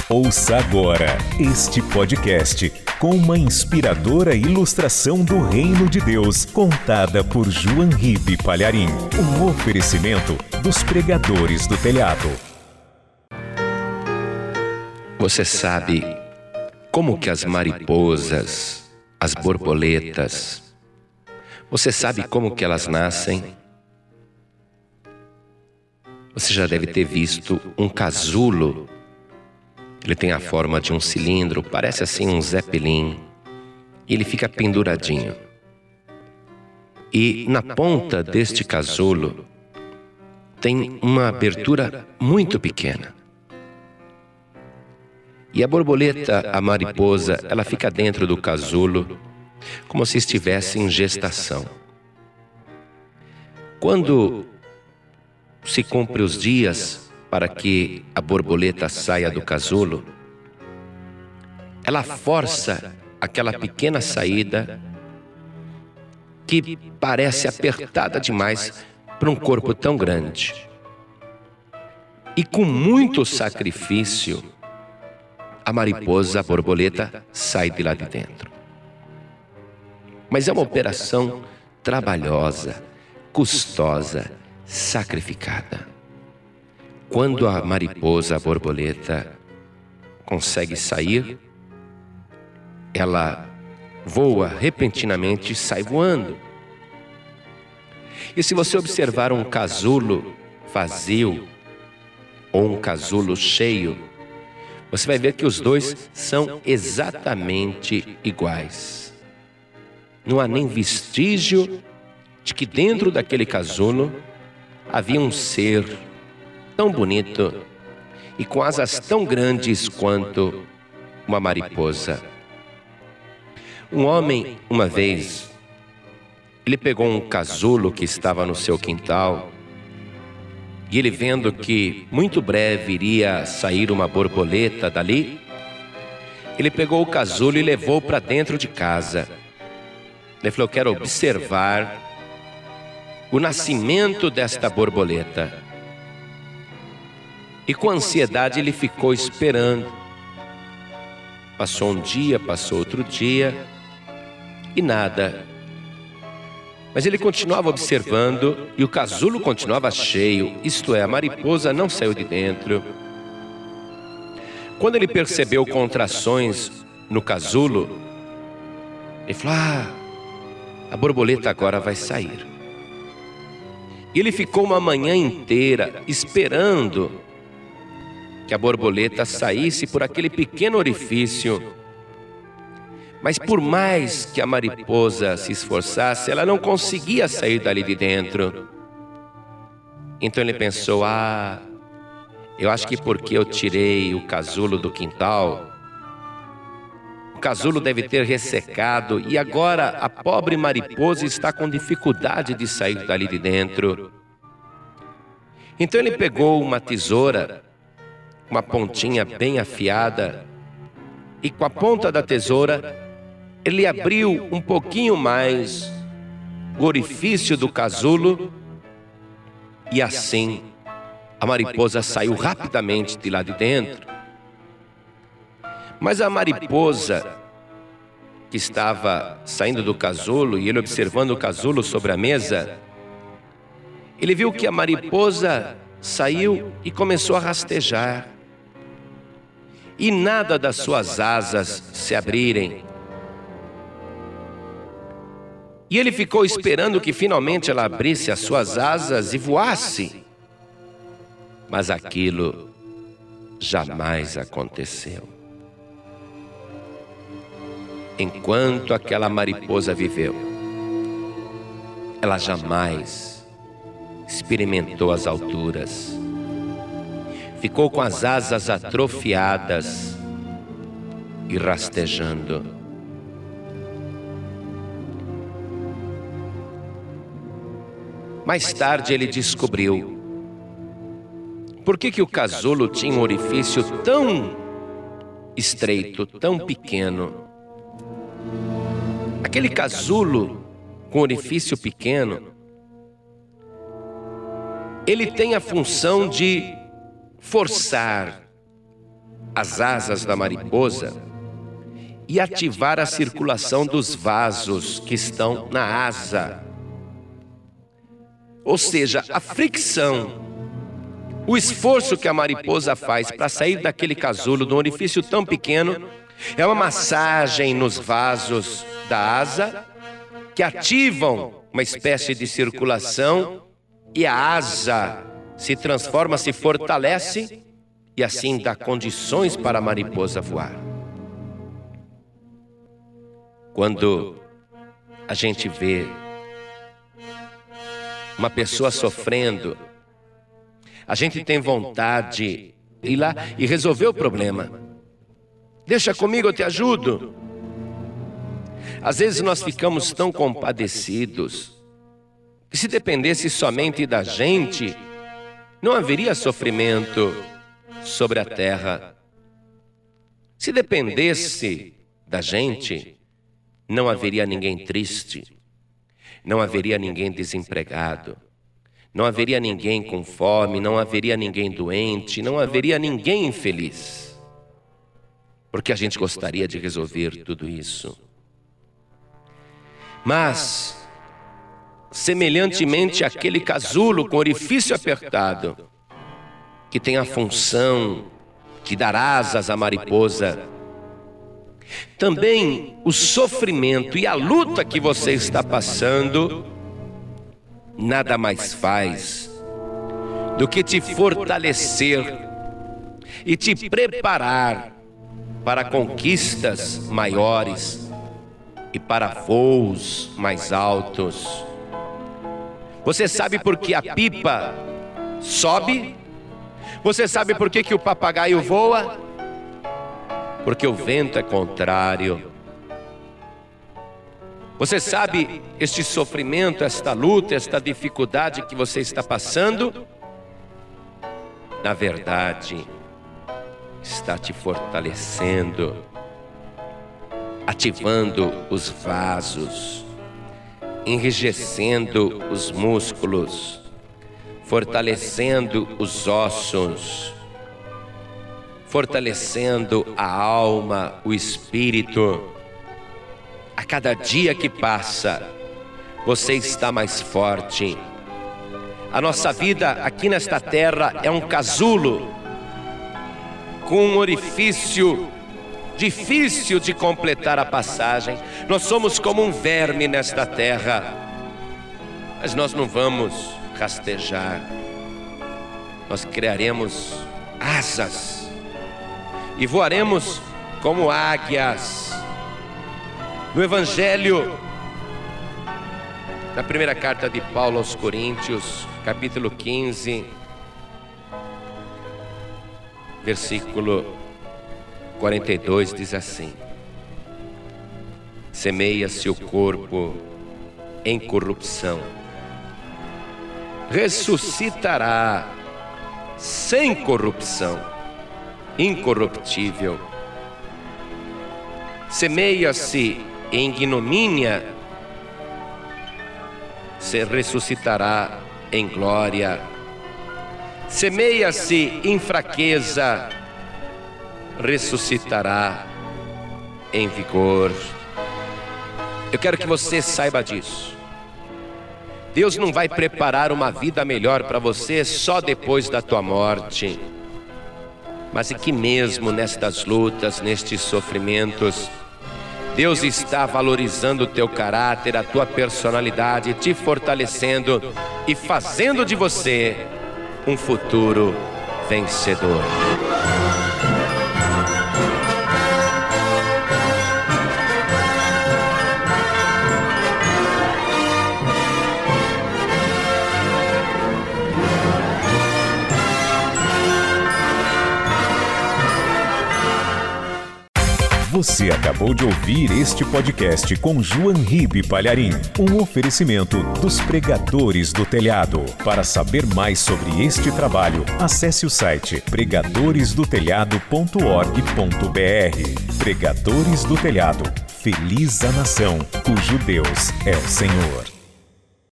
Ouça agora este podcast com uma inspiradora ilustração do Reino de Deus, contada por João Ribe Palharim. Um oferecimento dos Pregadores do Telhado. Você sabe como que as mariposas, as borboletas, você sabe como que elas nascem? Você já deve ter visto um casulo. Ele tem a forma de um cilindro, parece assim um zeppelin, e ele fica penduradinho. E na ponta deste casulo tem uma abertura muito pequena. E a borboleta, a mariposa, ela fica dentro do casulo como se estivesse em gestação. Quando se cumpre os dias para que a borboleta saia do casulo, ela força aquela pequena saída que parece apertada demais para um corpo tão grande. E com muito sacrifício, a mariposa, a borboleta, sai de lá de dentro. Mas é uma operação trabalhosa, custosa, sacrificada. Quando a mariposa, a borboleta, consegue sair, ela voa repentinamente e sai voando. E se você observar um casulo vazio ou um casulo cheio, você vai ver que os dois são exatamente iguais. Não há nem vestígio de que dentro daquele casulo havia um ser tão bonito e com asas tão grandes quanto uma mariposa. Um homem, uma vez, ele pegou um casulo que estava no seu quintal e ele, vendo que muito breve iria sair uma borboleta dali, ele pegou o casulo e levou para dentro de casa. Ele falou: "Eu quero observar o nascimento desta borboleta." E com ansiedade ele ficou esperando. Passou um dia, passou outro dia e nada. Mas ele continuava observando e o casulo continuava cheio, isto é, a mariposa não saiu de dentro. Quando ele percebeu contrações no casulo, ele falou: a borboleta agora vai sair. E ele ficou uma manhã inteira esperando que a borboleta saísse por aquele pequeno orifício. Mas por mais que a mariposa se esforçasse, ela não conseguia sair dali de dentro. Então ele pensou: eu acho que porque eu tirei o casulo do quintal, o casulo deve ter ressecado e agora a pobre mariposa está com dificuldade de sair dali de dentro. Então ele pegou uma tesoura, uma pontinha bem afiada, e com a ponta da tesoura ele abriu um pouquinho mais o orifício do casulo e assim a mariposa saiu rapidamente de lá de dentro. Mas a mariposa que estava saindo do casulo e ele observando o casulo sobre a mesa, ele viu que a mariposa saiu e começou a rastejar. E nada das suas asas se abrirem. E ele ficou esperando que finalmente ela abrisse as suas asas e voasse. Mas aquilo jamais aconteceu. Enquanto aquela mariposa viveu, ela jamais experimentou as alturas. Ficou com as asas atrofiadas e rastejando. Mais tarde ele descobriu por que o casulo tinha um orifício tão estreito, tão pequeno. Aquele casulo com orifício pequeno, ele tem a função de forçar as asas da mariposa e ativar a circulação dos vasos que estão na asa. Ou seja, a fricção, o esforço que a mariposa faz para sair daquele casulo, de um orifício tão pequeno, é uma massagem nos vasos da asa que ativam uma espécie de circulação e a asa se transforma, se fortalece e assim dá condições para a mariposa voar. Quando a gente vê uma pessoa sofrendo, a gente tem vontade de ir lá e resolver o problema. Deixa comigo, eu te ajudo. Às vezes nós ficamos tão compadecidos que se dependesse somente da gente, não haveria sofrimento sobre a terra. Se dependesse da gente, não haveria ninguém triste, não haveria ninguém desempregado, não haveria ninguém com fome, não haveria ninguém doente, não haveria ninguém infeliz. Porque a gente gostaria de resolver tudo isso. Mas, semelhantemente àquele casulo com orifício apertado, que tem a função de dar asas à mariposa, também o sofrimento e a luta que você está passando nada mais faz do que te fortalecer e te preparar para conquistas maiores e para voos mais altos. Você sabe por que a pipa sobe? Você sabe por que o papagaio voa? Porque o vento é contrário. Você sabe este sofrimento, esta luta, esta dificuldade que você está passando? Na verdade, está te fortalecendo, ativando os vasos, enrijecendo os músculos, fortalecendo os ossos, fortalecendo a alma, o espírito. A cada dia que passa, você está mais forte. A nossa vida aqui nesta terra é um casulo com um orifício difícil de completar a passagem. Nós somos como um verme nesta terra, mas nós não vamos rastejar. Nós criaremos asas e voaremos como águias. No Evangelho, na primeira carta de Paulo aos Coríntios, capítulo 15, versículo 42, diz assim: semeia-se o corpo em corrupção, ressuscitará sem corrupção, incorruptível. Semeia-se em ignomínia, se ressuscitará em glória. Semeia-se em fraqueza, ressuscitará em vigor. Eu quero que você saiba disso. Deus não vai preparar uma vida melhor para você só depois da tua morte, mas é que mesmo nestas lutas, nestes sofrimentos, Deus está valorizando o teu caráter, a tua personalidade, te fortalecendo e fazendo de você um futuro vencedor. Você acabou de ouvir este podcast com João Ribe Palharim, um oferecimento dos Pregadores do Telhado. Para saber mais sobre este trabalho, acesse o site pregadoresdotelhado.org.br. Pregadores do Telhado, feliz a nação cujo Deus é o Senhor.